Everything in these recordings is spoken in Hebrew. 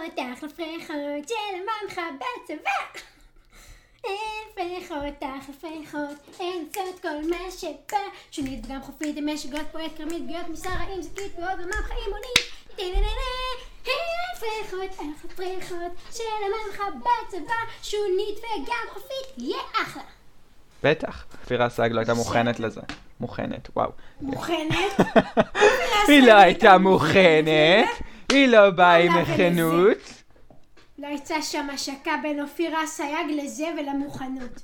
אחלה פרחות של הממך בצבא. אין פרחות, אחלה פרחות, אין צאת כל מה שבא. שונית וגם חופית עם משגות, פועט קרמית, גיות, מסרעים, זקית, ועוד ממך אימונית. אין פרחות, אחלה פרחות של הממך בצבא. שונית וגם חופית, יהיה אחלה. בטח, אופירה אסייג לא הייתה מוכנת לזה. מוכנת, וואו. מוכנת? היא לא הייתה מוכנת, היא לא באה עם מכנות. לא יצא שם השקה בין אופירה אסייג לזה ולמוכנות.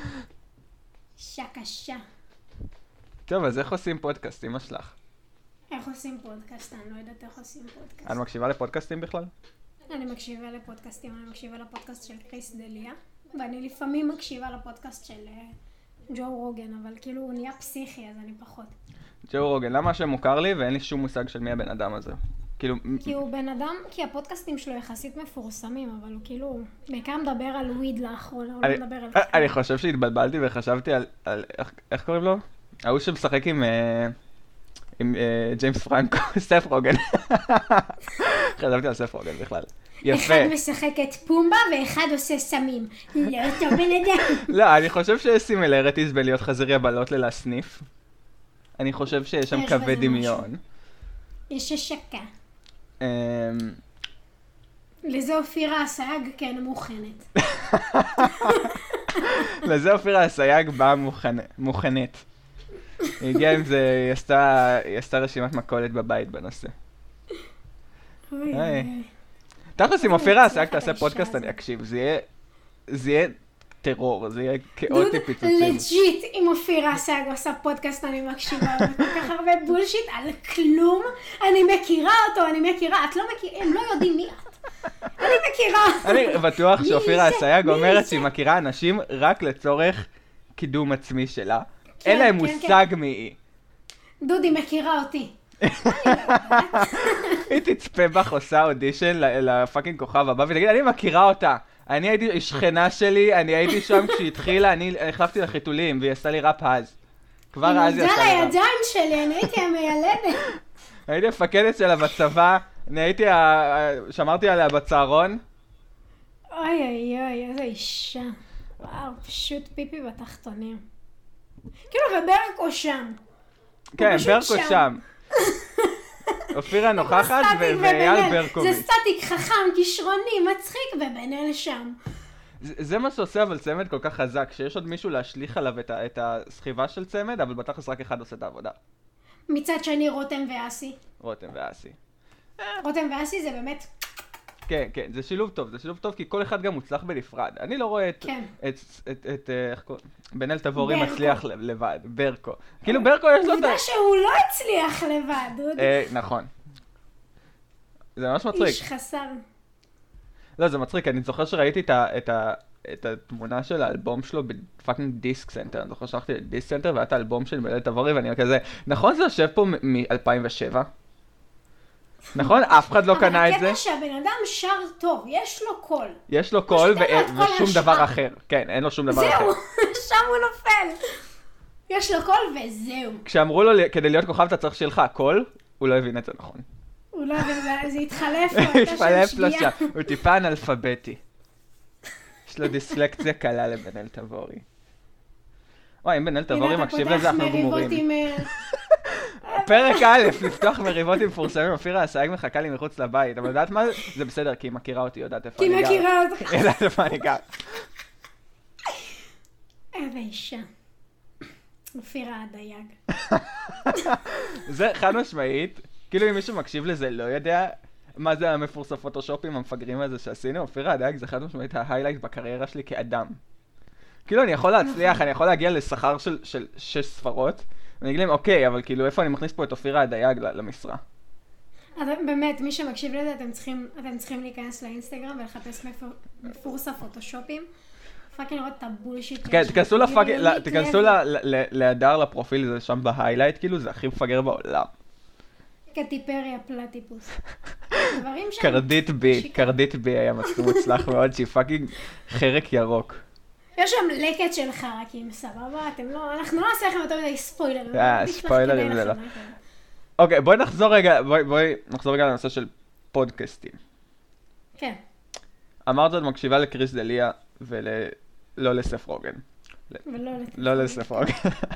שקשה. טוב, אז איך עושים פודקאסט, אמא שלך? איך עושים פודקאסט? אני לא יודעת איך עושים פודקאסט. את מקשיבה לפודקאסטים בכלל? אני מקשיבה לפודקאסטים, אני מקשיבה לפודקאסט של קריס דליה, ואני לפעמים מקשיבה לפודקאסט של ג'ו רוגן, אבל כאילו הוא נהיה פסיכי, אז אני פחות. ג'ו רוגן, למה השם מוכר לי ואין לי שום מושג של מי הבן אדם הזה? כאילו... כי הוא בן אדם, כי הפודקאסטים שלו יחסית מפורסמים, אבל הוא כאילו בעיקר מדבר על וויד לאחרונה, הוא לא מדבר על... אני חושב שהתבלבלתי וחשבתי על... איך קוראים לו? ההוא שמשחק עם ג'יימס פרנקו, סף רוגן. חשבתי על סף רוגן בכלל. יפה. אחד משחק את פומבה ואחד עושה סמים. לא אותו בן אדם. לא, אני חושב שיש סימילריטיז בין להיות חזיר יבלות ללהסניף. אני חושב שיש שם כבד דמיון. יש השקה. לזה אופירה אסייג כן מוכנת. לזה אופירה אסייג באה מוכנת. היא הגיעה עם זה, היא עשתה רשימת מכולת בבית בנושא. תכלס, אם אופירה אסייג תעשה פודקאסט, אני אקשיב. זה יהיה טרור, זה יהיה כאוטי פיצוצים. לג'יט, אם אופירה אסייג עושה פודקאסט, אני מקשיבה. וכל כך הרבה בולשיט על כלום. אני מכירה אותו, את לא מכירה, הם לא יודעים מי את. אני מכירה. אני בטוח שאופירה אסייג אומרת שהיא מכירה אנשים רק לצורך קידום עצמי שלה. אין להם מושג מי היא. דודי מכירה אותי. היא תצפה בך עושה אודישן לפאקינג כוכב הבא ותגיד, אני מכירה אותה. אני הייתי שכנה שלי, אני הייתי שם כשהיא התחילה, אני החלפתי לחיתולים והיא עשתה לי ראפ אז. כבר אז היא עשתה לי ראפ. היא מודה לידיים שלי, אני הייתי המיילדת. הייתי המפקדת שלה בצבא, אני הייתי, שמרתי עליה בצהרון. אוי אוי אוי, איזה אישה. וואו, פשוט פיפי בתחתונים. כאילו, וברקו שם. כן, ברקו שם. אופירה נוכחת ואייל ברקוביץ'. זה סטטיק חכם, כישרוני, מצחיק ובן אל שם. זה מה שעושה אבל צמד כל כך חזק, שיש עוד מישהו להשליך עליו את הסחיבה של צמד, אבל בתכלס רק אחד עושה את העבודה. מצד שני רותם ואסי. רותם ואסי זה באמת... כן, כן, זה שילוב טוב, כי כל אחד גם מוצלח בנפרד. אני לא רואה את בן אל תבורי מצליח לבד, ברקו. כאילו ברקו יש לו... עובדה שהוא לא הצליח לבד. נכון. זה ממש מצחיק. איש חסר. לא, זה מצחיק, אני זוכר שראיתי את התמונה של האלבום שלו בפאקינג דיסק סנטר. אני זוכר שלחתי לדיסק סנטר והיה את האלבום של בן אל תבורי ואני כזה, נכון זה יושב פה מ-2007? נכון? אף אחד לא קנה את זה. אבל הקטע שהבן אדם שר טוב, יש לו קול. ושום דבר אחר. כן, אין לו שום דבר אחר. זהו, שם הוא נופל. יש לו קול וזהו. כשאמרו לו, כדי להיות כוכב אתה צריך שלך קול, הוא לא הבין את זה נכון. הוא לא הבין, זה התחלף לו, התחלף לו שם. הוא טיפה אנאלפביתי. יש לו דיסלקציה קלה לבן אל תבורי. וואי, אם בן אל תבורי מקשיב לזה, אנחנו גמורים. פרק א', לפתוח מריבות עם מפורסמים, אופירה אסייג מחכה לי מחוץ לבית, אבל יודעת מה זה? זה בסדר, כי היא מכירה אותי, יודעת איפה אני גר. כי היא מכירה אותך. יודעת איפה אני גר. איזה אישה. אופירה הדייג. זה חד משמעית, כאילו אם מישהו מקשיב לזה לא יודע מה זה המפורסם פוטושופים המפגרים הזה שעשינו, אופירה הדייג זה חד משמעית ההיילייט בקריירה שלי כאדם. כאילו אני יכול להצליח, אני יכול להגיע לשכר של 6 ספרות, ואני אגיד להם, אוקיי, אבל כאילו, איפה אני מכניס פה את אופירה הדייג למשרה? אז באמת, מי שמקשיב לזה, אתם צריכים להיכנס לאינסטגרם ולחפש מפורסם פוטושופים. פאקינג לראות את הבולשיט. כן, תיכנסו להדר לפרופיל, זה שם בהיילייט, כאילו, זה הכי מפגר בעולם. קטיפריה פלטיפוס. דברים שם... קרדית בי היה מוצלח מאוד, שהיא פאקינג חרק ירוק. יש שם לקט של חרקים, סבבה? אנחנו לא נעשה לכם יותר מדי ספוילרים. ספוילרים זה לא. אוקיי, בואי נחזור רגע לנושא של פודקאסטים. כן. אמרת את מקשיבה לקריס דליה ולא לסף רוגן. לא לסף רוגן.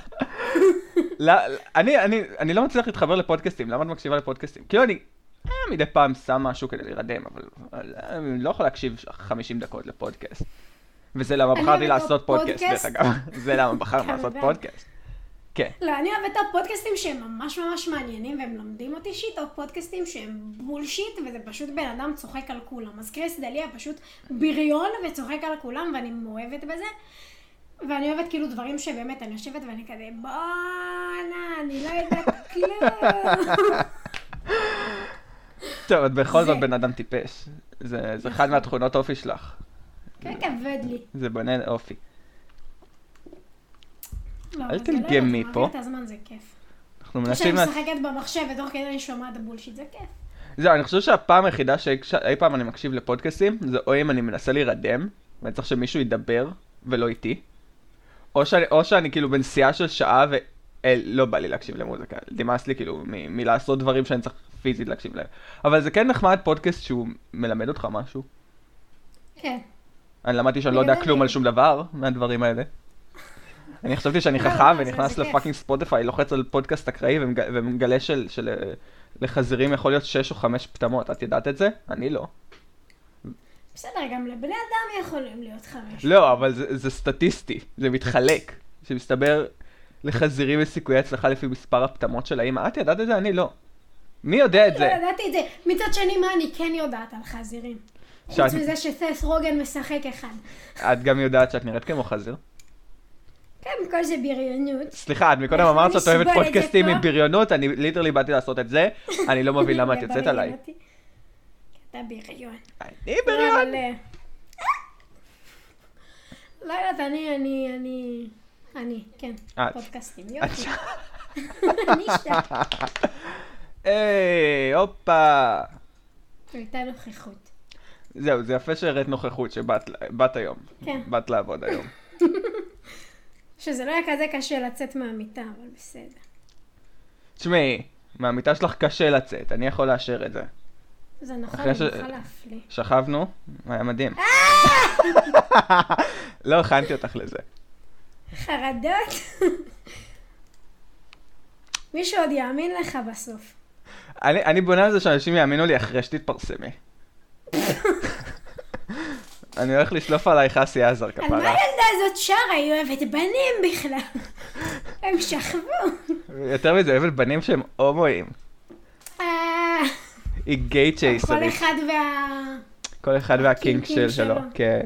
אני לא מצליח להתחבר לפודקאסטים, למה את מקשיבה לפודקאסטים? כאילו אני מדי פעם שם משהו כדי להירדם, אבל אני לא יכול להקשיב 50 דקות לפודקאסט. וזה למה בחרתי לעשות פודקאסט, דרך אגב. זה למה בחרתי לעשות פודקאסט. כן. לא, אני אוהבת פודקאסטים שהם ממש ממש מעניינים והם לומדים אותי שיט, או פודקאסטים שהם בולשיט וזה פשוט בן אדם צוחק על כולם. אז קריס דליה פשוט בריון וצוחק על כולם ואני מאוהבת בזה. ואני אוהבת כאילו דברים שבאמת אני יושבת ואני כזה בואנה, אני לא יודעת כלום. טוב, את בכל זאת בן אדם טיפש. זה אחד מהתכונות אופי שלך. כן, כבד לי. זה בונה אופי. לא, אל תלגמי פה. מעביר את הזמן, זה כיף. אנחנו מנסים... כשאני משחקת במחשב ותוך כדי אני שומעת הבולשיט, זה כיף. זהו, אני חושב שהפעם היחידה שאי פעם אני מקשיב לפודקאסטים, זה או אם אני מנסה להירדם, ואני צריך שמישהו ידבר ולא איתי, או שאני כאילו בנסיעה של שעה ולא בא לי להקשיב למוזיקה. דימאס לי כאילו מלעשות דברים שאני צריך פיזית להקשיב להם. אבל זה כן נחמד פודקאסט שהוא מלמד אותך משהו. כן. אני למדתי שאני לא יודע כלום על שום דבר מהדברים האלה. אני חשבתי שאני חכם ונכנס לפאקינג ספוטיפיי, לוחץ על פודקאסט אקראי ומגלה שלחזירים יכול להיות 6 או 5 פתמות. את ידעת את זה? אני לא. בסדר, גם לבני אדם יכולים להיות 5. לא, אבל זה סטטיסטי, זה מתחלק. שמסתבר לחזירים יש סיכויי הצלחה לפי מספר הפתמות של האמא. את ידעת את זה? אני לא. מי יודע את זה? לא ידעתי את זה. מצד שני, מה אני כן יודעת על חזירים? חוץ מזה שסף רוגן משחק אחד. את גם יודעת שאת נראית כמו חזיר? כן, כל זה בריונות. סליחה, את מקודם אמרת שאת אוהבת פודקאסטים עם בריונות, אני ליטרלי באתי לעשות את זה, אני לא מבין למה את יוצאת עליי. אתה בריון. אני בריון. לא יודעת, אני, כן, פודקאסטים, יופי. אני שם. היי, הופה. הייתה נוכחות. זהו, זה יפה שהראית נוכחות שבאת היום. כן. באת לעבוד היום. שזה לא היה כזה קשה לצאת מהמיטה, אבל בסדר. תשמעי, מהמיטה שלך קשה לצאת, אני יכול לאשר את זה. זה נכון, אני יכולה להפליא. שכבנו, היה מדהים. לא הכנתי אותך לזה. חרדות? מישהו עוד יאמין לך בסוף. אני בונה על זה שאנשים יאמינו לי אחרי שתתפרסמי. אני הולך לשלוף עלייך אסי עזר כפרה. על מה הילדה הזאת שרה? היא אוהבת בנים בכלל. הם שכבו. יותר מזה, אוהבת בנים שהם הומואים. היא גיי צ'ייסרית. כל אחד והקינק שלו. כן.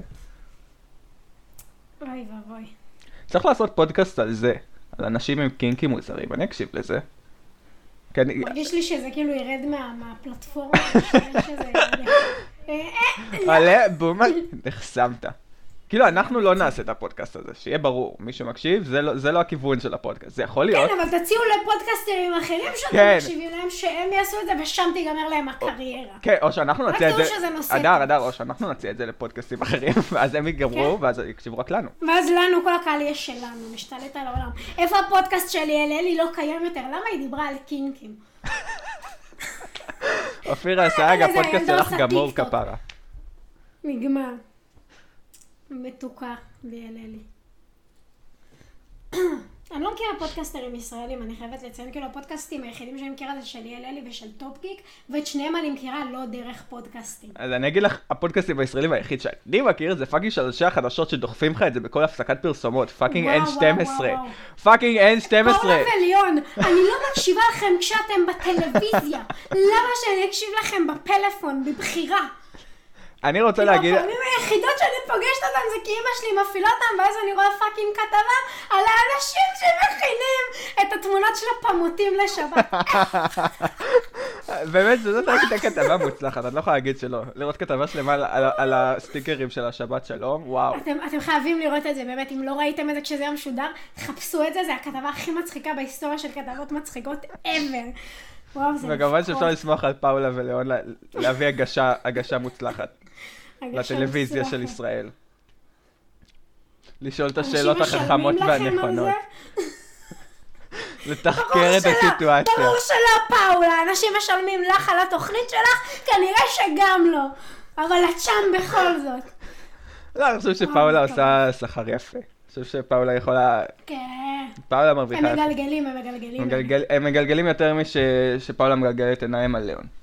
אוי ואבוי. צריך לעשות פודקאסט על זה. על אנשים עם קינקים מוזרים. אני אקשיב לזה. מרגיש לי שזה כאילו ירד מהפלטפורמה. עלה, בומה, נחסמת. כאילו, אנחנו לא נעשה את הפודקאסט הזה, שיהיה ברור. מי שמקשיב, זה לא הכיוון של הפודקאסט. זה יכול להיות. כן, אבל תציעו לפודקאסטרים אחרים שאתם מקשיבים להם, שהם יעשו את זה ושם תיגמר להם הקריירה. כן, או שאנחנו נציע את זה... אדר, או שאנחנו נציע את זה לפודקאסטים אחרים, ואז הם יגמרו, ואז יקשיבו רק לנו. ואז לנו, כל הקהל יהיה שלנו, משתלט על העולם. איפה הפודקאסט שלי? אלי לא קיים יותר. למה היא דיברה על קינקים? אופירה סייג, הפודקאסט שלך גמור כפרה. נגמר. מתוקה ביאללי. אני לא מכירה פודקאסטרים ישראלים, אני חייבת לציין, כאילו הפודקאסטים היחידים שאני מכירה זה של יאללי ושל טופ-גיק, ואת שניהם אני מכירה לא דרך פודקאסטים. אז אני אגיד לך, הפודקאסטים הישראלים היחיד שאני מכיר זה פאקינג שלושי החדשות שדוחפים לך את זה בכל הפסקת פרסומות, פאקינג N12. פאקינג N12. פאולה וליון, אני לא מקשיבה לכם כשאתם בטלוויזיה. למה שאני אקשיב לכם בפלאפון, בבחירה? אני רוצה להגיד... הפעמים היחידות שאני פוגשת אותם זה כי אמא שלי מפעילה אותם, ואז אני רואה פאקינג כתבה על האנשים שמכינים את התמונות של הפמוטים לשבת. באמת, זאת הייתה כתבה מוצלחת, אני לא יכולה להגיד שלא. לראות כתבה שלמה על הסטיקרים של השבת שלום, וואו. אתם חייבים לראות את זה, באמת, אם לא ראיתם את זה כשזה היה משודר, חפשו את זה, זה הכתבה הכי מצחיקה בהיסטוריה של כתבות מצחיקות ever. וכמובן שאפשר לסמוך על פאולה וליאון להביא הגשה מוצלחת. לטלוויזיה של ישראל. לשאול את השאלות החכמות והנכונות. לתחקר את הסיטואציה. ברור שלא, פאולה, אנשים משלמים לך על התוכנית שלך, כנראה שגם לא. אבל את שם בכל זאת. לא, אני חושב שפאולה עושה שכר יפה. אני חושב שפאולה יכולה... כן. פאולה מרוויחה הם יפה. מגלגלים. הם מגלגלים יותר שפאולה מגלגלת עיניים על ליאון.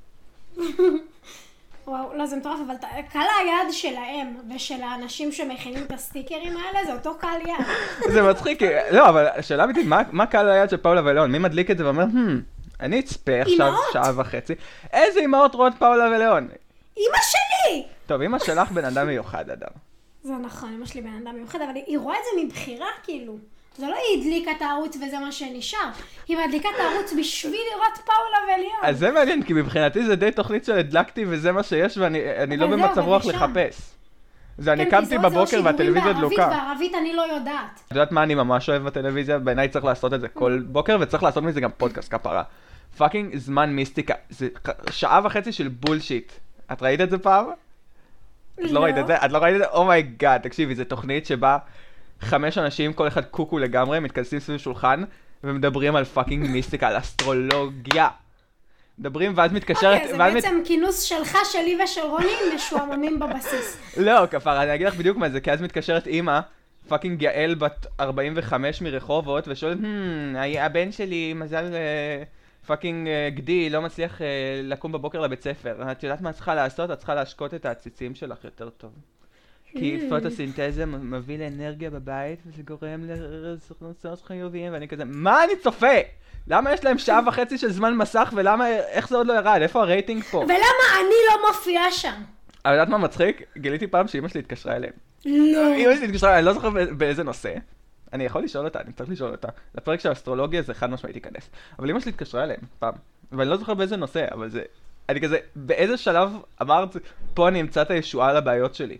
וואו, לא, זה מטורף, אבל קהל היעד שלהם ושל האנשים שמכינים את הסטיקרים האלה, זה אותו קהל יעד. זה מצחיק, לא, אבל השאלה אמיתית, מה קהל היעד של פאולה וליאון? מי מדליק את זה ואומר, אני אצפה עכשיו שעה וחצי. איזה אמהות רואות פאולה וליאון? אמא שלי! טוב, אמא שלך בן אדם מיוחד, אדם. זה נכון, אמא שלי בן אדם מיוחד, אבל היא רואה את זה מבחירה, כאילו. זה לא היא הדליקה את הערוץ וזה מה שנשאר. היא מדליקה את הערוץ בשביל לראות פאולה וליאון. אז זה מעניין, כי מבחינתי זה די תוכנית של הדלקתי וזה מה שיש, ואני לא במצב רוח לחפש. זה אני קמתי בבוקר והטלוויזיה דלוקה. בערבית אני לא יודעת. את יודעת מה אני ממש אוהב בטלוויזיה? בעיניי צריך לעשות את זה כל בוקר, וצריך לעשות מזה גם פודקאסט כפרה. פאקינג זמן מיסטיקה. זה שעה וחצי של בולשיט. את ראית את זה פעם? את לא ראית את זה? את לא ראית את זה? אומייגאד, תקשיבי, זו תוכנית שבה 5 אנשים, כל אחד קוקו לגמרי, מתכנסים סביב שולחן, ומדברים על פאקינג מיסטיקה, על אסטרולוגיה. מדברים ואז מתקשרת... אוקיי, זה בעצם כינוס שלך, שלי ושל רוני, משועממים בבסיס. לא, כפרה, אני אגיד לך בדיוק מה זה, כי אז מתקשרת אמא, פאקינג יעל בת 45 מרחובות, ושואלת, הבן שלי, מזל פאקינג גדי, לא מצליח לקום בבוקר לבית ספר. את יודעת מה צריכה לעשות? את צריכה להשקות את העציצים שלך יותר טוב. כי פוטוסינתזה מביא לאנרגיה בבית, וזה גורם לרצונות חיוביים, ואני כזה, מה אני צופה? למה יש להם שעה וחצי של זמן מסך, ולמה, איך זה עוד לא ירד? איפה הרייטינג פה? ולמה אני לא מופיעה שם? אבל יודעת מה מצחיק? גיליתי פעם שאמא שלי התקשרה אליהם. לא. אמא שלי התקשרה, אני לא זוכר באיזה נושא. אני יכול לשאול אותה, אני צריך לשאול אותה. לפרק של האסטרולוגיה זה חד משמעית ייכנס. אבל אמא שלי התקשרה אליהם פעם. ואני לא זוכר באיזה נושא, אבל זה... אני כזה, באיזה שלב אמרת, פה אני אמצא את הישועה לבעיות שלי.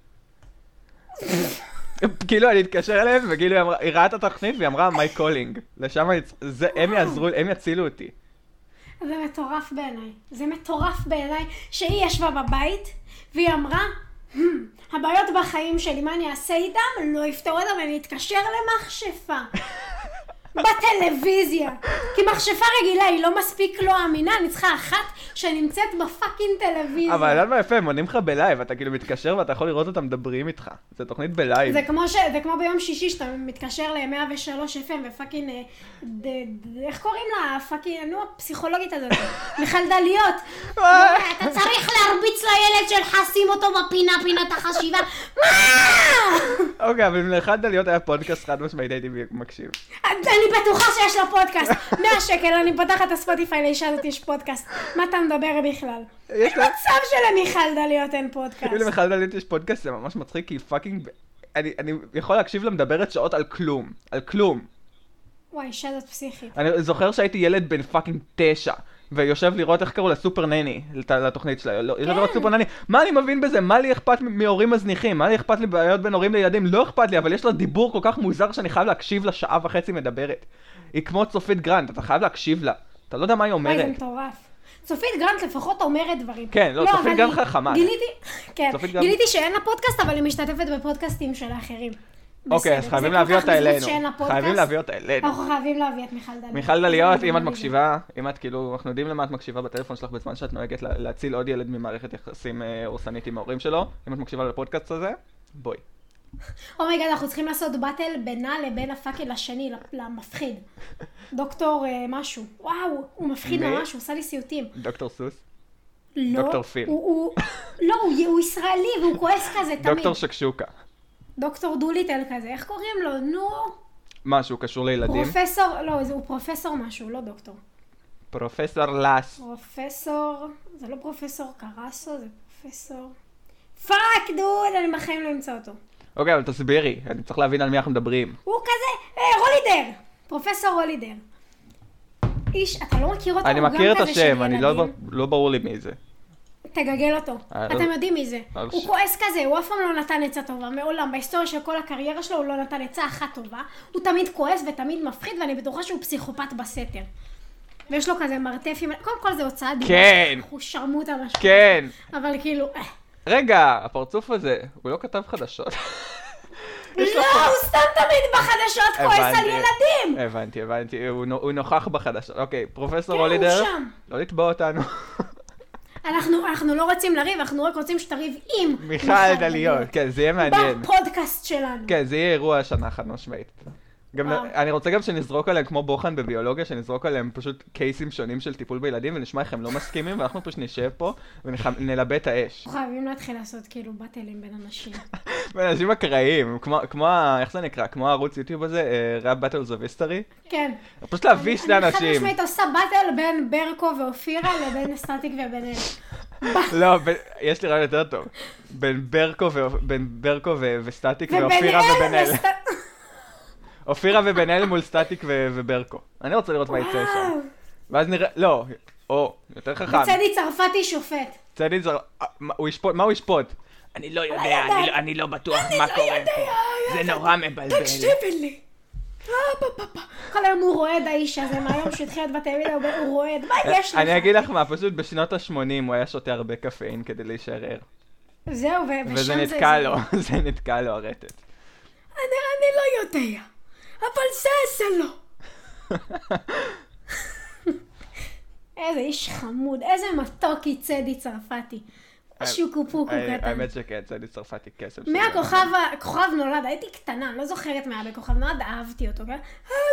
כאילו אני אתקשר אליהם, וכאילו היא ראתה את התוכנית והיא אמרה, my calling. לשם הם יצילו אותי. זה מטורף בעיניי. זה מטורף בעיניי שהיא ישבה בבית, והיא אמרה, הבעיות בחיים שלי, מה אני אעשה איתם? לא יפתור אותם, אני אתקשר למכשפה. בטלוויזיה. כי מכשפה רגילה היא לא מספיק לא אמינה, אני צריכה אחת שנמצאת בפאקינג טלוויזיה. אבל יודעת מה יפה, הם עונים לך בלייב, אתה כאילו מתקשר ואתה יכול לראות אותם מדברים איתך. זה תוכנית בלייב. זה כמו ביום שישי שאתה מתקשר ל-103 FM ופאקינג, איך קוראים לה? פאקינג, נו, הפסיכולוגית הזאת. מיכל דליות. אתה צריך להרביץ לילד שלך, שים אותו בפינה, פינת החשיבה. מה? אוקיי, אבל לאחד דליות היה פודקאסט חד משמעית, הייתי מקשיב. אני בטוחה שיש לה פודקאסט. 100 שקל, אני פותחת את הספוטיפיי, לאישה הזאת יש פודקאסט. מה אתה מדבר בכלל? אין מצב שלמיכל דליות אין פודקאסט. כאילו למיכל דליות יש פודקאסט, זה ממש מצחיק, כי פאקינג... אני יכול להקשיב לה מדברת שעות על כלום. על כלום. וואי, אישה זאת פסיכית. אני זוכר שהייתי ילד בן פאקינג 9, ויושב לראות איך קראו לה סופר נני, לתוכנית שלה. יושב לראות סופר נני. מה אני מבין בזה? מה לי אכפת מהורים מזניחים? מה לי אכפת לי בעיות בין הורים לילדים? לא אכפת לי, אבל יש לה דיבור כל כך מוזר שאני חייב להקשיב לה שעה וחצי מדברת. היא כמו צופית גרנט, אתה חייב להקשיב לה. אתה לא יודע מה היא אומרת. וואי, זה מטורף. צופית גרנט לפחות אומרת דברים. כן, לא, צופית גרנט חכמה. גיליתי שאין לה פודקאסט, אבל היא משתתפת בפודקאסטים של האחרים. אוקיי, אז חייבים להביא אותה אלינו. חייבים להביא אותה אלינו. אנחנו חייבים להביא את מיכל דליות. מיכל דליות, אם את מקשיבה, אם את כאילו, אנחנו יודעים למה את מקשיבה בטלפון שלך בזמן שאת נוהגת להציל עוד ילד ממערכת יחסים אורסנית עם ההורים שלו, אם את מקשיבה לפודקאסט הזה, בואי. אומייגאד, אנחנו צריכים לעשות באטל בינה לבין הפאקל השני, למפחיד. דוקטור משהו. וואו, הוא מפחיד ממש, הוא עושה לי סיוטים. דוקטור סוס? לא. דוקטור פיל. לא, הוא ישראלי והוא כועס כזה תמיד. דוקטור שקשוקה. דוקטור דוליטל כזה, איך קוראים לו? נו. משהו קשור לילדים? פרופסור, לא, הוא פרופסור משהו, לא דוקטור. פרופסור לס. פרופסור, זה לא פרופסור קרסו, זה פרופסור... פאק דוד, אני בחיים לא אמצא אותו. אוקיי, אבל תסבירי, אני צריך להבין על מי אנחנו מדברים. הוא כזה, רולידר, פרופסור רולידר. איש, אתה לא מכיר אותו? אני מכיר את השם, אני לא ברור לי מי זה. תגגל אותו, אתם יודעים מי זה. הוא כועס כזה, הוא אף פעם לא נתן עצה טובה, מעולם, בהיסטוריה של כל הקריירה שלו הוא לא נתן עצה אחת טובה, הוא תמיד כועס ותמיד מפחיד, ואני בטוחה שהוא פסיכופת בסתר. ויש לו כזה מרתף עם... קודם כל זה הוצאה דיבה. כן! הוא שרמוט המשהו. כן! אבל כאילו... רגע, הפרצוף הזה, הוא לא כתב חדשות. לא, הוא סתם תמיד בחדשות כועס על ילדים! הבנתי, הוא נוכח בחדשות. אוקיי, פרופסור הולידר, לא לתבוע אותנו. אנחנו לא רוצים לריב, אנחנו רק רוצים שתריב עם מיכל דליות, כן, זה יהיה מעניין. בפודקאסט שלנו. כן, זה יהיה אירוע השנה חד משמעית. אני רוצה גם שנזרוק עליהם, כמו בוחן בביולוגיה, שנזרוק עליהם פשוט קייסים שונים של טיפול בילדים, ונשמע איך הם לא מסכימים, ואנחנו פשוט נשב פה ונלבה את האש. חייבים להתחיל לעשות כאילו באטלים בין אנשים. בין אנשים אקראיים, כמו, איך זה נקרא? כמו הערוץ יוטיוב הזה, ראפ באטלס אוף היסטורי. כן. פשוט להביא שני אני אנשים. חד משמעית עושה באטל בין ברקו ואופירה לבין סטטיק ובן אל. לא, יש לי רעיון יותר טוב. בין ברקו וסטטיק ואופירה ובן אל. אופירה ובן אל מול סטטיק וברקו. אני רוצה לראות מה יצא שם. ואז נראה, לא, יותר חכם. וצדי צרפתי שופט. צדי צרפתי, מה הוא ישפוט? אני לא יודע, אני לא בטוח מה קורה פה. זה נורא מבלבל. תקשיבי לי. כל היום הוא רועד האיש הזה, מהיום שהתחיל את בטלוויזיה הוא רועד. מה יש לך? אני אגיד לך מה, פשוט בשנות ה-80 הוא היה שותה הרבה קפאין כדי להישאר ער. זהו, ושם וזה נתקע לו, זה נתקע לו הרטט. אני לא יודע. אבל זה לא. איזה איש חמוד, איזה מתוק היא צדי צרפתי. שוקו-פוקו קטן. האמת שכן, צדי צרפתי כסף. מהכוכב נולד, הייתי קטנה, לא זוכרת מה היה בכוכב נולד, אהבתי אותו, כן?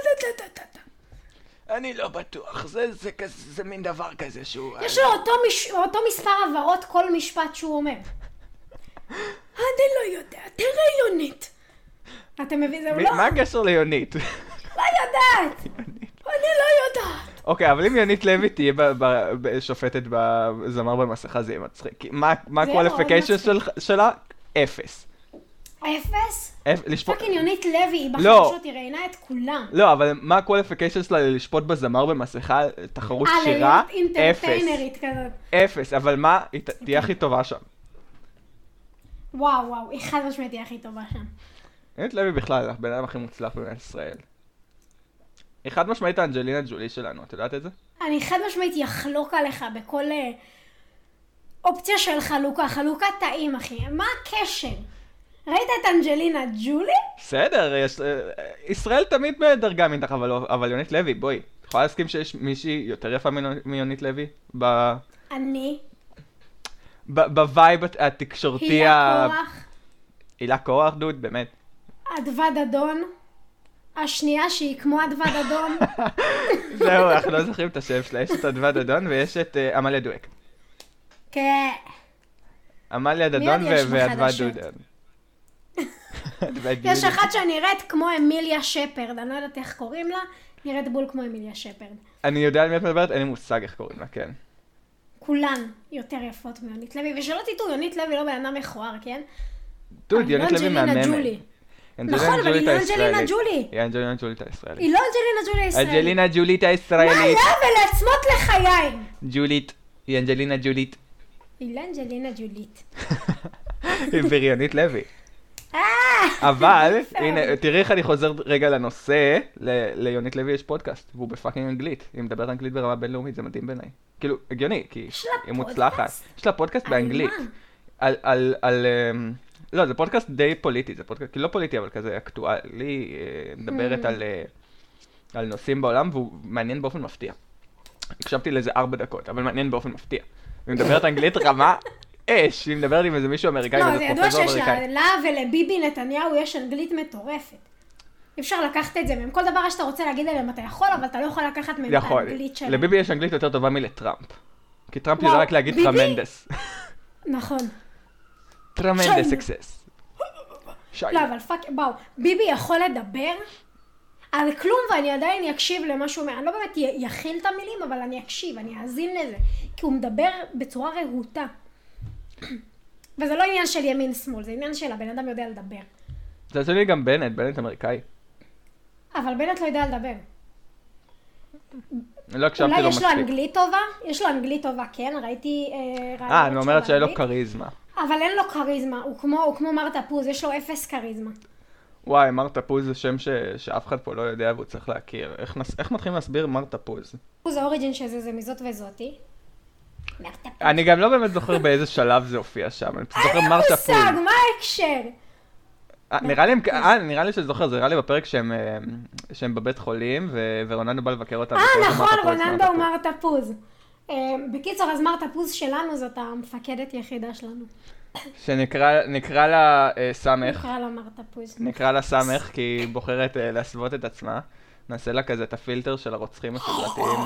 אני לא בטוח, זה מין דבר כזה שהוא... יש לו אותו מספר עברות כל משפט שהוא אומר. אני לא יודע, תראה יונית. אתה מבין, זה לא... מה הקשר ליונית? לא יודעת! אני לא יודעת! אוקיי, אבל אם יונית לוי תהיה שופטת בזמר במסכה, זה יהיה מצחיק. מה הקואליפיקיישן שלה? אפס. אפס? פאקינג יונית לוי, היא בחדשות, היא ראיינה את כולם. לא, אבל מה הקואליפיקיישן שלה לשפוט בזמר במסכה, תחרות שירה? להיות אינטרטיינרית כזאת. אפס, אבל מה? היא תהיה הכי טובה שם. וואו, היא חד משמעית תהיה הכי טובה שם. יונית לוי בכלל, הבן אדם הכי מוצלח במדינת ישראל. היא חד משמעית האנג'לינה ג'ולי שלנו, את יודעת את זה? אני חד משמעית יחלוק עליך בכל אופציה של חלוקת טעים, אחי. מה הקשר? ראית את אנג'לינה ג'ולי? בסדר, ישראל תמיד בדרגה מתח, אבל יונית לוי, בואי. יכולה להסכים שיש מישהי יותר יפה מיונית לוי? אני. בווייב התקשורתי הילה קורח. הילה קורח, דוד, באמת. אדוה דדון. השנייה שהיא כמו אדוה דדון. זהו, אנחנו לא זוכרים את השם שלה. יש את אדוה דדון ויש את עמליה דואק. כן. עמליה דדון ואדוה דודן. יש אחת שנראית כמו אמיליה שפרד. אני לא יודעת איך קוראים לה. נראית בול כמו אמיליה שפרד. אני יודע על מי את מדברת, אין לי מושג איך קוראים לה, כן. כולן יותר יפות מיונית לוי. ושלא תטעו, יונית לוי לא בן אדם מכוער, כן? דוד, יונית לוי מהממת. נכון, אבל היא לא אנג'לינה ג'ולי. היא אנג'לינה ג'ולית הישראלית. היא לא אנג'לינה ג'ולי הישראלית. אנג'לינה ג'ולית הישראלית. מה לה ולעצמות לחיים? ג'ולית. היא אנג'לינה ג'ולית. היא לא אנג'לינה ג'ולית. היא בריונית לוי. אבל, הנה, תראי איך אני חוזר רגע לנושא, ליונית לוי יש פודקאסט, והוא בפאקינג אנגלית. היא מדברת אנגלית ברמה בינלאומית, זה מדהים בעיניי. כאילו, הגיוני, כי היא מוצלחת. יש לה פודקאסט באנגלית. לא, זה פודקאסט די פוליטי, זה פודקאסט, כאילו לא פוליטי, אבל כזה אקטואלי, מדברת על נושאים בעולם, והוא מעניין באופן מפתיע. הקשבתי לזה 4 דקות, אבל מעניין באופן מפתיע. היא מדברת אנגלית רמה אש, היא מדברת עם איזה מישהו אמריקאי, לא, זה ידוע שיש לה ולביבי נתניהו יש אנגלית מטורפת. אי אפשר לקחת את זה מהם. כל דבר שאתה רוצה להגיד עליהם אתה יכול, אבל אתה לא יכול לקחת מהם את האנגלית שלהם. לביבי יש אנגלית יותר טובה מלטראמפ. כי טראמפ יודע רק להגיד טרמנדס. נכון. טרמנדס סקסס. לא, אבל פאק, באו, ביבי יכול לדבר על כלום ואני עדיין יקשיב למה שהוא אומר. אני לא באמת יכיל את המילים, אבל אני אקשיב, אני אאזין לזה. כי הוא מדבר בצורה רהוטה. וזה לא עניין של ימין שמאל, זה עניין של הבן אדם יודע לדבר. זה עושה לי גם בנט אמריקאי. אבל בנט לא יודע לדבר. לא הקשבתי לו מספיק. אולי יש לו אנגלית טובה? יש לו אנגלית טובה, כן, ראיתי אני אומרת שאין לו קריזמה. אבל אין לו קריזמה, הוא כמו מר תפוז, יש לו 0 קריזמה. וואי, מר תפוז זה שם שאף אחד פה לא יודע והוא צריך להכיר. איך מתחילים להסביר מר תפוז? תפוז האוריג'ין שזה זה מזאת וזאתי. אני גם לא באמת זוכר באיזה שלב זה הופיע שם, אני פשוט זוכר מר תפוז. אין לי מושג, מה ההקשר? נראה לי שזוכר, זה נראה לי בפרק שהם בבית חולים ורוננדו בא לבקר אותם. נכון, רוננדו הוא מר תפוז. בקיצור, אז מרתה פוז שלנו זאת המפקדת יחידה שלנו. שנקרא לה סמך. נקרא לה מרתה פוז. נקרא לה סמך כי היא בוחרת להסוות את עצמה. נעשה לה כזה את הפילטר של הרוצחים הסדרתיים.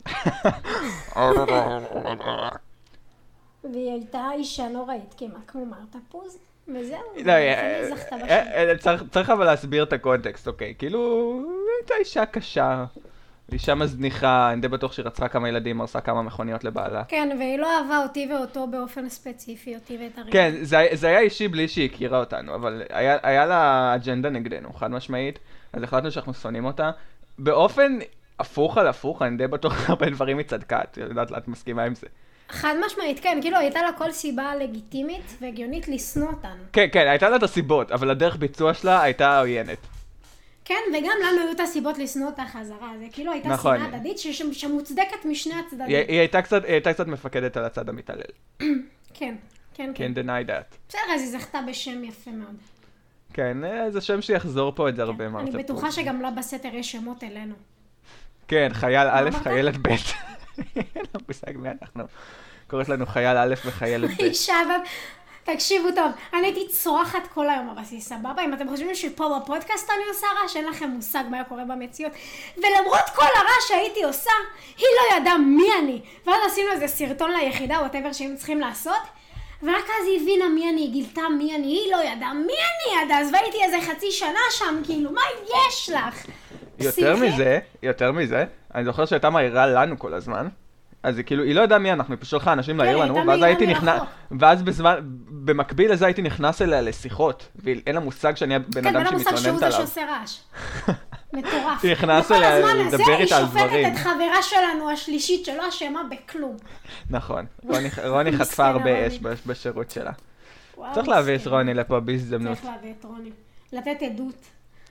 והיא הייתה אישה נוראית כמעט כמו מרתה פוז, וזהו, לא, היא זכתה בשם. צריך אבל להסביר את הקונטקסט, אוקיי? כאילו, הייתה אישה קשה, אישה מזניחה, אני די בטוח שהיא רצחה כמה ילדים, הרסה כמה מכוניות לבעלה. כן, והיא לא אהבה אותי ואותו באופן ספציפי, אותי ואת הריבה. כן, זה היה אישי בלי שהיא הכירה אותנו, אבל היה לה אג'נדה נגדנו, חד משמעית, אז החלטנו שאנחנו שונאים אותה. באופן הפוך על הפוך, אני די בטוח הרבה דברים מצדקה, את יודעת, את מסכימה עם זה. חד משמעית, כן, כאילו הייתה לה כל סיבה לגיטימית והגיונית לשנוא אותנו. כן, כן, הייתה לה את הסיבות, אבל הדרך ביצוע שלה הייתה עוינת. כן, וגם לנו היו את הסיבות לשנוא אותה חזרה, זה כאילו הייתה נכון. שנאה הדדית שמוצדקת משני הצדדים. היא הייתה קצת מפקדת על הצד המתעלל. כן, כן, כן. Can't deny that. בסדר, אז היא זכתה בשם יפה מאוד. כן, זה שם שיחזור פה את זה הרבה מרצה. אני בטוחה שגם לה בסתר יש שמות אלינו. כן, חייל א', אמרת? חיילת ב'. אין לו מושג מי אנחנו. קוראת לנו חייל א' וחיילת ב'. אישה, תקשיבו טוב, אני הייתי צורחת כל היום בבסיס, סבבה? אם אתם חושבים שפה בפודקאסט אני עושה רעש, אין לכם מושג מה קורה במציאות. ולמרות כל הרעש שהייתי עושה, היא לא ידעה מי אני. ואז עשינו איזה סרטון ליחידה, whatever שהם צריכים לעשות, ורק אז היא הבינה מי אני, היא גילתה מי אני, היא לא ידעה מי אני עד אז, והייתי איזה חצי שנה שם, כאילו, מה יש לך? יותר מזה, אני זוכר שהייתה מעירה לנו כל הזמן, אז היא כאילו, היא לא ידעה מי אנחנו, היא פשוט שלחה אנשים להעיר לנו, ואז הייתי נכנס, ואז במקביל לזה הייתי נכנס אליה לשיחות, ואין לה מושג שאני בן אדם שמתלוננת עליו. כן, אין לה מושג שהוא זה שעושה רעש. מטורף. נכנס אליה לדבר איתה על דברים. היא שופטת את חברה שלנו השלישית שלא אשמה בכלום. נכון, רוני חטפה הרבה אש בשירות שלה. צריך להביא את רוני לפה בהזדמנות. צריך להביא את רוני. לתת עדות.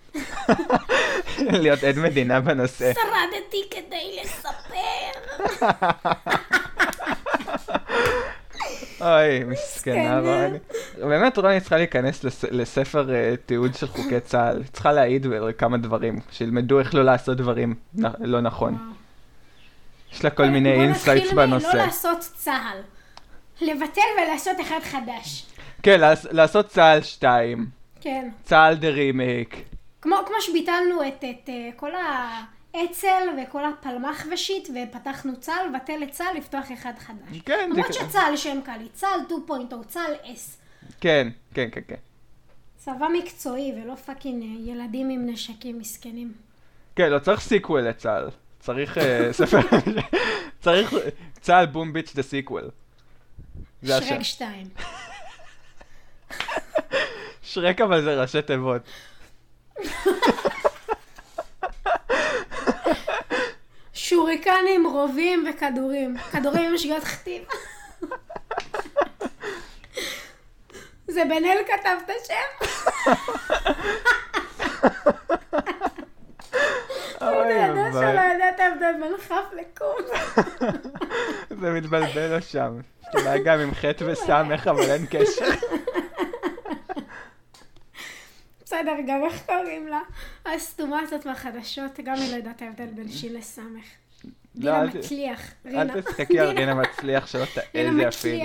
להיות עד מדינה בנושא. שרדתי כדי לספר. אוי, מסכנה רוני. באמת רוני צריכה להיכנס לספר תיעוד של חוקי צה"ל. צריכה להעיד כמה דברים, שילמדו איך לא לעשות דברים לא נכון. יש לה כל מיני אינסייטס בנושא. בוא נתחיל לא לעשות צה"ל. לבטל ולעשות אחד חדש. כן, לעשות צה"ל 2. כן. צה"ל דה רימייק. כמו שביטלנו את כל העצל וכל הפלמח ושיט, ופתחנו צה"ל, בטל את צה"ל, לפתוח אחד חדש. כן. למרות שצה"ל שם קלי, צה"ל 2.0, צה"ל S. כן. צבא מקצועי ולא פאקינג ילדים עם נשקים מסכנים. כן, לא צריך סיקוול לצה"ל. צריך ספר... צריך צה"ל בום ביץ' דה סיקוול. שרק 2. שרק אבל זה ראשי תיבות. שוריקנים, רובים וכדורים. כדורים עם שגיאות כתיב. זה בן-אל כתב את השם. הוא ידע שלא ידע את ההבדל בין חף לקום. זה מתבלבל לו שם. אולי גם עם חטא וסמך, אבל אין קשר. בסדר, גם איך קוראים לה? הסתומה הזאת מהחדשות, גם היא לא יודעת ההבדל בין שיל לסמך. רינה מצליח. אל תשחקי על רינה מצליח שלא תעזי אפילו.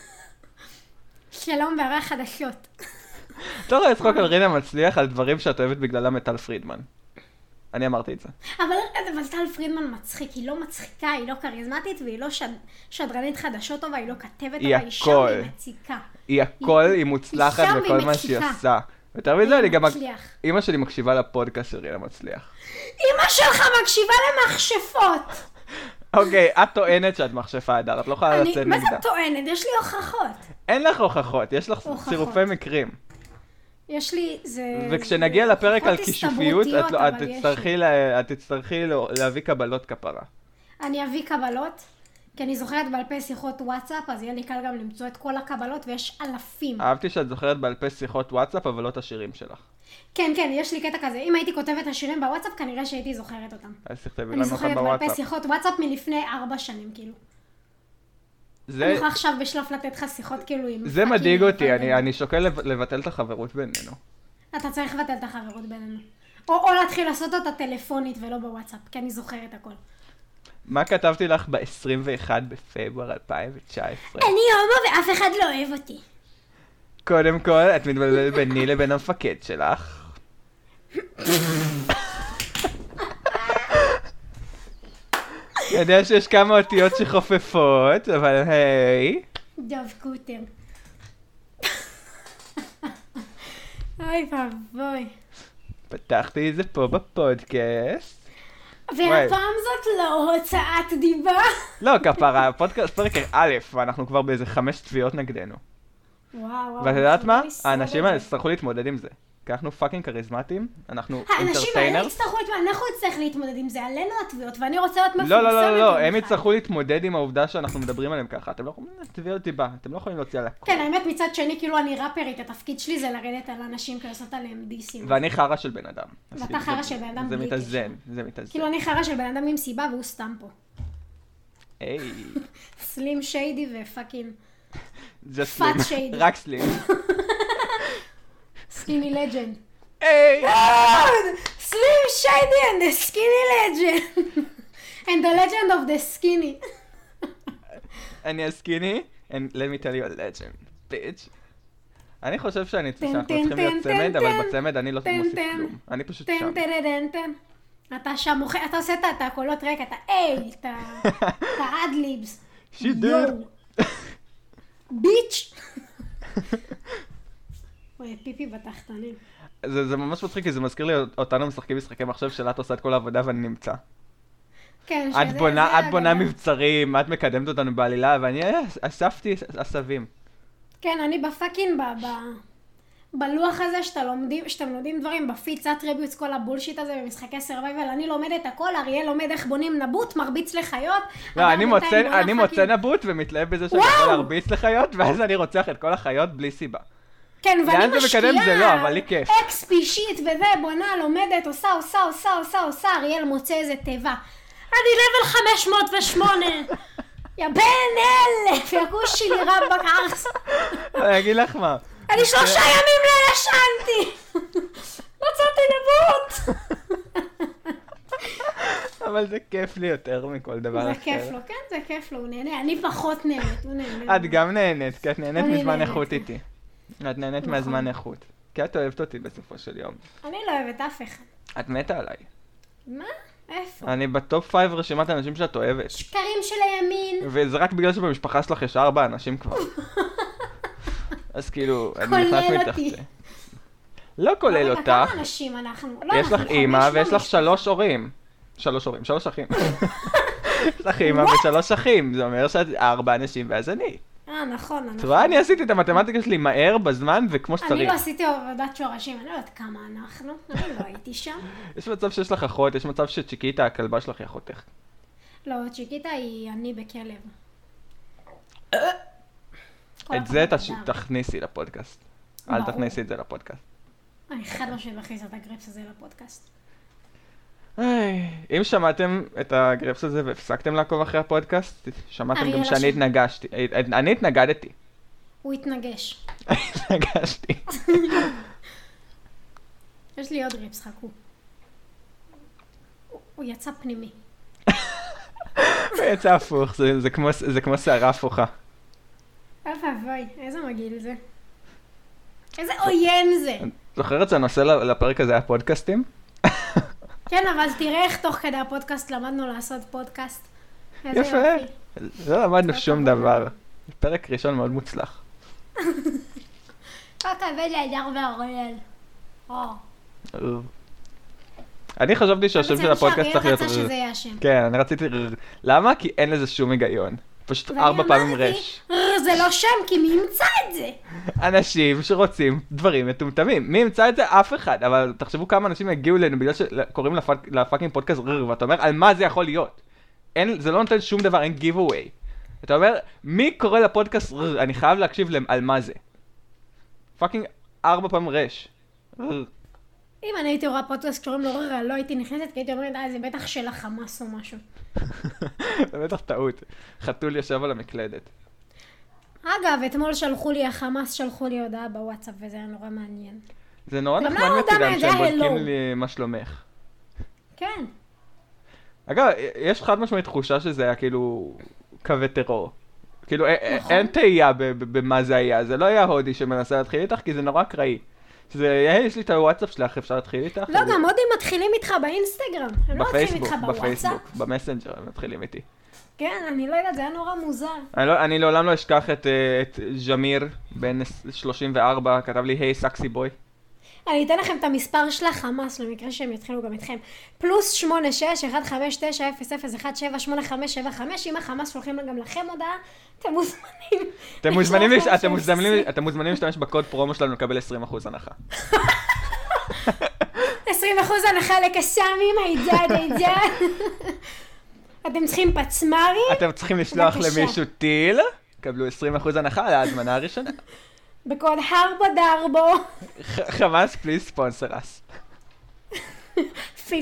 שלום והרי חדשות. אתה לא רואה לצחוק על רינה מצליח על דברים שאת אוהבת בגללם את טל פרידמן. אני אמרתי את זה. אבל טל פרידמן מצחיק, היא לא מצחיקה, היא לא כריזמטית, והיא לא שדרנית חדשות טובה, היא לא כתבת טובה, היא שם והיא מציקה. היא הכל, היא מוצלחת בכל מה שהיא עושה. יותר מזה, אני גם... אמא שלי מקשיבה לפודקאסט של רינה מצליח. אמא שלך מקשיבה למכשפות! אוקיי, את טוענת שאת מכשפה הדר, את לא יכולה לצאת נגדה. מה זה טוענת? יש לי הוכחות. אין לך הוכחות, יש לך צירופי מקרים. יש לי, זה... וכשנגיע לפרק על כישופיות, את תצטרכי להביא קבלות כפרה. אני אביא קבלות, כי אני זוכרת בעל פה שיחות וואטסאפ, אז יהיה לי קל גם למצוא את כל הקבלות, ויש אלפים. אהבתי שאת זוכרת בעל פה שיחות וואטסאפ, אבל לא את השירים שלך. כן, יש לי קטע כזה. אם הייתי כותבת השירים בוואטסאפ, כנראה שהייתי זוכרת אותם. אז תכתבי לנו אני אותם זוכרת בעל פה בוואטסאפ. שיחות וואטסאפ מלפני 4 שנים, כאילו. אני יכולה עכשיו בשלב לתת לך שיחות כאילו עם... זה מדאיג אותי, אני שוקל לבטל את החברות בינינו. אתה צריך לבטל את החברות בינינו. או להתחיל לעשות אותה טלפונית ולא בוואטסאפ, כי אני זוכרת הכל. מה כתבתי לך ב-21 בפברואר 2019? אני הומו ואף אחד לא אוהב אותי. קודם כל, את מתבלבלת ביני לבין המפקד שלך. אני יודע שיש כמה אותיות שחופפות, אבל היי. דוב קוטר. אוי ואבוי. פתחתי את זה פה בפודקאסט. והפעם זאת לא הוצאת דיבה. לא, כפרה, הפודקאסט פרק א', ואנחנו כבר באיזה 5 תביעות נגדנו. וואו. ואת יודעת מה? האנשים האלה יצטרכו להתמודד עם זה. כי אנחנו פאקינג כריזמטיים, אנחנו האנשים האלה אינטרטיינר. יצטרכו להתמודד, אנחנו נצטרך להתמודד עם זה, עלינו התביעות, ואני רוצה להיות מפורסמת. לא, הם יצטרכו להתמודד עם העובדה שאנחנו מדברים עליהם ככה. אתם לא יכולים תביעות דיבה, אתם לא יכולים להוציא על הכל. כן, האמת מצד שני, כאילו אני ראפרית, התפקיד שלי זה לרדת על אנשים לעשות עליהם דיסים. ואני חרא של בן אדם. ואתה חרא של בן אדם זה בלי מתאזן, זה מתאזן. כאילו אני חרא של בן אדם עם סיבה והוא סתם פה. היי. סלים שיידי ופאקינג זה פאט סלים. שיידי. רק סלים. סקיני לג'נד. היי. Slim Shady and the Skinny Legend. And the legend of the skinny. אני הסקיני, and let me tell you a legend, bitch. אני חושב שאנחנו צריכים להיות צמד, אבל בצמד אני לא מוסיף כלום. אני פשוט שם. אתה שם, אתה עושה את הקולות רקע, אתה איי, את האדליבס. שידר. ביץ'. וואי, פיפי בתחתונים. זה ממש מצחיק, כי זה מזכיר לי אותנו משחקים משחקי מחשב שלה, את עושה את כל העבודה ואני נמצא. כן, את בונה מבצרים, את מקדמת אותנו בעלילה, ואני אספתי עשבים. כן, אני בפאקינג, בלוח הזה שאתם לומדים דברים, בפיץ אטריביוטס, כל הבולשיט הזה במשחקי סרווייבל, אני לומדת הכל, אריאל לומד איך בונים נבוט, מרביץ לחיות. לא, אני מוצא נבוט ומתלהב בזה שאני יכול להרביץ לחיות, ואז אני רוצח את כל החיות בלי סיבה. כן, ואני משקיעה, אבל לי כיף. XP שיט וזה, בונה, לומדת, עושה, אריאל מוצא איזה טבע. אני לבל 508. יא בן 1000, יקושי לי רבק ארס. אני אגיד לך מה. אני 3 ימים לא ישנתי. מצאתי נבוט. אבל זה כיף לי יותר מכל דבר אחר. זה כיף לו, כן, זה כיף לו, הוא נהנה. אני פחות נהנית, הוא נהנה. את גם נהנית, כי את נהנית מזמן איכות איתי. את נהנית מהזמן איכות. כי את אוהבת אותי בסופו של יום. אני לא אוהבת אף אחד. את מתה עליי. מה? איפה? אני בטופ 5 רשימת האנשים שאת אוהבת. שקרים של הימין. וזה רק בגלל שבמשפחה שלך יש 4 אנשים כבר. אז כאילו, אני נכנס כולל מתחת. אותי. לא כולל אותך. כמה אנשים אנחנו? לא, יש לך אנחנו אימא 5 ויש לך 3 הורים. 3 אחים. יש לך אימא ו3 אחים. זה אומר שאת 4 אנשים ואז אני. נכון. את רואה, אני עשיתי את המתמטיקה שלי מהר, בזמן וכמו אני שצריך. לא עשיתי עבודת שורשים, אני לא יודעת כמה אנחנו. אני לא הייתי שם. יש מצב שיש לך אחות, יש מצב שצ'יקיטה, הכלבה שלך היא אחותך. לא, צ'יקיטה היא אני בכלב. את זה תכניסי לפודקאסט. אל תכניסי את זה לפודקאסט. אני חד משמעית להכניס את הגרפס הזה לפודקאסט. אם שמעתם את הגרפס הזה והפסקתם לעקוב אחרי הפודקאסט, שמעתם גם שאני התנגשתי. אני התנגדתי. הוא התנגש. התנגשתי. יש לי עוד גרפס, חכו. הוא יצא פנימי. הוא יצא הפוך, זה כמו שערה הפוכה. אוי, איזה מגעיל זה. איזה עוין זה. זוכרת שהנושא לפרק הזה היה פודקאסטים? כן, אבל תראה איך תוך כדי הפודקאסט למדנו לעשות פודקאסט. יפה. לא למדנו שום דבר. פרק ראשון מאוד מוצלח. רק עבד לידר ואוריאל. אני חשבתי שהשם של הפודקאסט צריך להיות... רצה שזה יהיה השם. כן, אני רציתי... למה? כי אין לזה שום היגיון. פשוט 4 פעמים רש. זה לא שם, כי מי ימצא את זה? אנשים שרוצים דברים מטומטמים. מי ימצא את זה? אף אחד. אבל תחשבו כמה אנשים יגיעו אלינו בגלל שקוראים לפאקינג פודקאסט ואתה אומר, על מה זה יכול להיות? זה לא נותן שום דבר, אין giveaway. אתה אומר, מי קורא לפודקאסט אני חייב להקשיב על מה זה. פאקינג 4 פעמים רש. אם אני הייתי רואה פודקאסט שקוראים לו לא הייתי נכנסת, כי הייתי אומרת, זה בטח של החמאס או משהו. זה בטח טעות. חתול יושב על המקלדת. אגב, אתמול החמאס שלחו לי הודעה בוואטסאפ, וזה היה נורא מעניין. זה נורא נחמד מצדם שהם בודקים לי מה שלומך. כן. אגב, יש חד משמעית תחושה שזה היה כאילו קווי טרור. כאילו, אין תהייה במה זה היה. זה לא היה הודי שמנסה להתחיל איתך, כי זה נורא קראי. יש לי את הוואטסאפ שלך, אפשר להתחיל איתך? לא, גם הודים מתחילים איתך באינסטגרם. הם לא מתחילים איתך בוואטסאפ. בפייסבוק, במסנג'ר הם מתחילים איתי. כן, אני לא יודעת, זה היה נורא מוזר. אני לעולם לא אשכח את ז'מיר, בן 34, כתב לי, היי סקסי בוי. אני אתן לכם את המספר של החמאס, למקרה שהם יתחילו גם איתכם. +86-159-001785. אם החמאס שולחים גם לכם הודעה, אתם מוזמנים. אתם מוזמנים להשתמש בקוד פרומו שלנו לקבל 20% הנחה. 20% הנחה לקסאמים, הידד. אתם צריכים פצמרי? אתם צריכים לשלוח למישהו טיל, קבלו 20% הנחה על ההזמנה הראשונה. בקוד הרבו דרבו. חמאס, פליז ספונסר אס. 50%.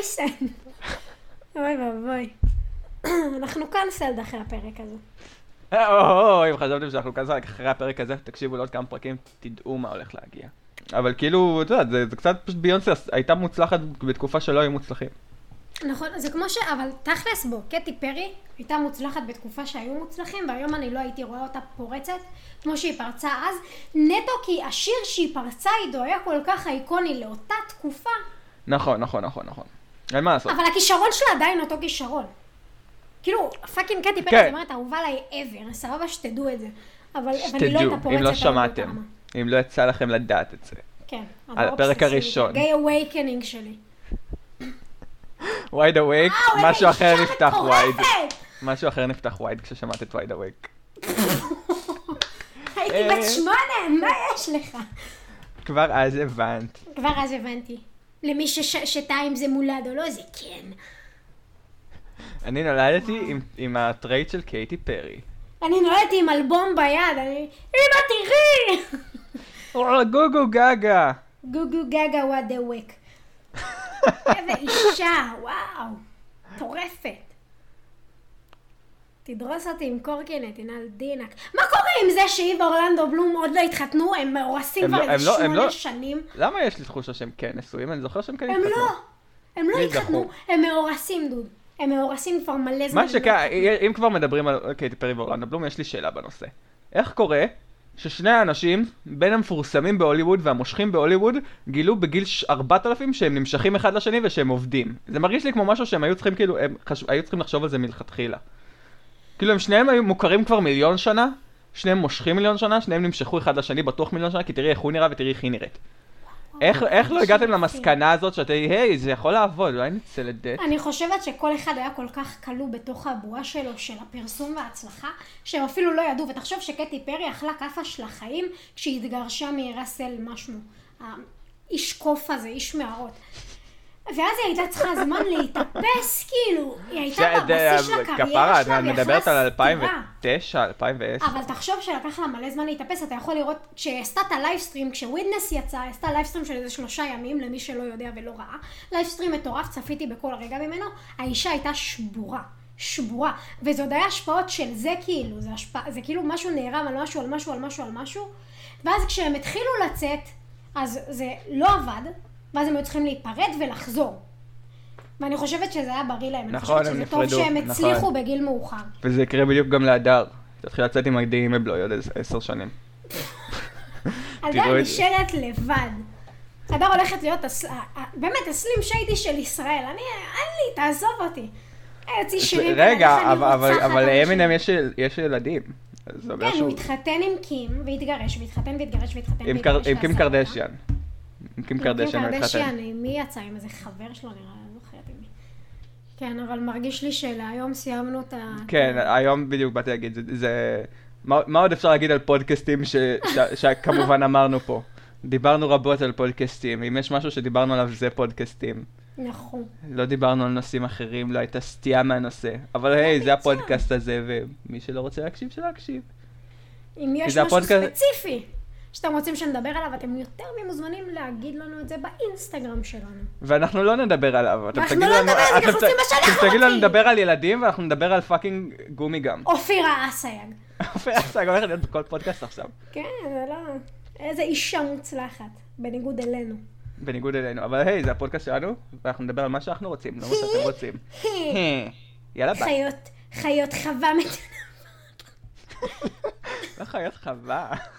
אוי ואבוי. אנחנו קאנסלד אחרי הפרק הזה. אם חשבתם שאנחנו קאנסלד אחרי הפרק הזה, תקשיבו לעוד כמה פרקים, תדעו מה הולך להגיע. אבל כאילו, אתה יודע, זה קצת פשוט ביונסה הייתה מוצלחת בתקופה שלא היו מוצלחים. נכון, זה כמו אבל תכלס בו, קטי פרי הייתה מוצלחת בתקופה שהיו מוצלחים, והיום אני לא הייתי רואה אותה פורצת, כמו שהיא פרצה אז, נטו כי השיר שהיא פרצה איתו היה כל כך אייקוני לאותה תקופה. נכון. אין מה לעשות. אבל הכישרון שלה עדיין אותו כישרון. כאילו, פאקינג קטי פרי, זאת אומרת, אהובה עליי ever, סבבה שתדעו את זה. אבל אני לא הייתה פורצת. אם לא שמעתם, אם לא יצא לכם לדעת את זה. כן. על הפרק הראשון. גיי אווייקנינג שלי. וייד אווייק, משהו אחר נפתח וייד. משהו אחר נפתח וייד כששמעת את וייד אווייק. הייתי בת 8, מה יש לך? כבר אז הבנתי. למי ששתה אם זה מולד או לא, זה כן. אני נולדתי עם הטרייד של קייטי פרי. אני נולדתי עם אלבום ביד, אמא תראי! גוגו גגה. גוגו גגה וואד אווייק. איזה אישה, וואו, טורפת. תדרוס אותי עם קורקינט, הנה על דינק. מה קורה עם זה שהיא ואורלנדו בלום עוד לא התחתנו? הם מאורסים כבר איזה 8 שנים. למה יש לי תחושה שהם כן נשואים? אני זוכר שהם כן התחתנו. הם לא התחתנו, הם מאורסים דוד. הם מאורסים כבר מלא זמן. אם כבר מדברים על קייטי פרי ואורלנדו בלום, יש לי שאלה בנושא. איך קורה ששני האנשים, בין המפורסמים בהוליווד והמושכים בהוליווד, גילו בגיל 4,000 שהם נמשכים אחד לשני ושהם עובדים. זה מרגיש לי כמו משהו שהם היו צריכים, כאילו, היו צריכים לחשוב על זה מלכתחילה. כאילו, הם שניהם היו מוכרים כבר 1,000,000 שנה, שניהם מושכים 1,000,000 שנה, שניהם נמשכו אחד לשני בטוח 1,000,000 שנה, כי תראי איך הוא נראה ותראי איך היא נראית. איך לא הגעתם למסקנה הזאת שאתה, היי, זה יכול לעבוד, אולי נצא לדט? אני חושבת שכל אחד היה כל כך קלו בתוך הבועה שלו, של הפרסום וההצלחה, שהם אפילו לא ידעו, ותחשוב שקטי פרי אכלה כאפה של החיים, כשהיא התגרשה מראסל משהו, האיש קוף הזה, איש מערות. ואז היא הייתה צריכה זמן להתאפס, כאילו, היא הייתה בבסיס של הקריירה שלה, והיא אכלה מדברת על 2009, 2010. אבל תחשוב שלקח לה מלא זמן להתאפס, אתה יכול לראות, כשהיא עשתה את הלייבסטרים, כשווידנס יצא, היא עשתה לייבסטרים של איזה 3 ימים, למי שלא יודע ולא ראה, לייבסטרים מטורף, צפיתי בכל רגע ממנו, האישה הייתה שבורה, וזה עוד היה השפעות של זה כאילו, זה כאילו משהו נערם על משהו, ואז כשהם התחילו לצאת, אז זה לא עבד, ואז הם היו צריכים להיפרד ולחזור. ואני חושבת שזה היה בריא להם. נכון, אני חושבת שזה טוב שהם הצליחו בגיל מאוחר. וזה יקרה בדיוק גם להדר. תתחיל לצאת עם הגדיעים מבלוי עוד 10 שנים. הדר נשארת לבד. הדר הולכת להיות, באמת, הסלים שיידי של ישראל. אין לי, תעזוב אותי. יוציא שירים. רגע, אבל לאמינם יש ילדים. כן, הוא התחתן עם קים, והתגרש, והתחתן והתגרש, עם קים קרדשיאן. עם קים קרדשיאן הוא התחתן. מי יצא? עם איזה חבר שלו נראה, לא זוכרת עם מי. כן, אבל מרגיש לי שלהיום סיימנו את ה... כן, היום בדיוק באתי להגיד, זה... מה עוד אפשר להגיד על פודקאסטים שכמובן אמרנו פה? דיברנו רבות על פודקאסטים, אם יש משהו שדיברנו עליו זה פודקאסטים. נכון. לא דיברנו על נושאים אחרים, לא הייתה סטייה מהנושא. אבל היי, זה הפודקאסט הזה, ומי שלא רוצה להקשיב, שלא להקשיב. אם יש משהו ספציפי שאתם רוצים שנדבר עליו, אתם יותר ממוזמנים להגיד לנו את זה באינסטגרם שלנו. ואנחנו לא נדבר עליו. אנחנו לא נדבר, זה ככה עושים מה שאנחנו רוצים. תגידו לנו לדבר על ילדים, ואנחנו נדבר על פאקינג גומי גם. אופירה אסייג. אופירה אסייג הולכת להיות בכל פודקאסט עכשיו. כן, זה לא... איזה אישה מוצלחת, בניגוד אלינו. בניגוד אלינו. אבל היי, זה הפודקאסט שלנו, ואנחנו נדבר על מה שאנחנו רוצים, לא מה שאתם רוצים. יאללה ביי. חיות חווה מתנה. לא חיות חווה.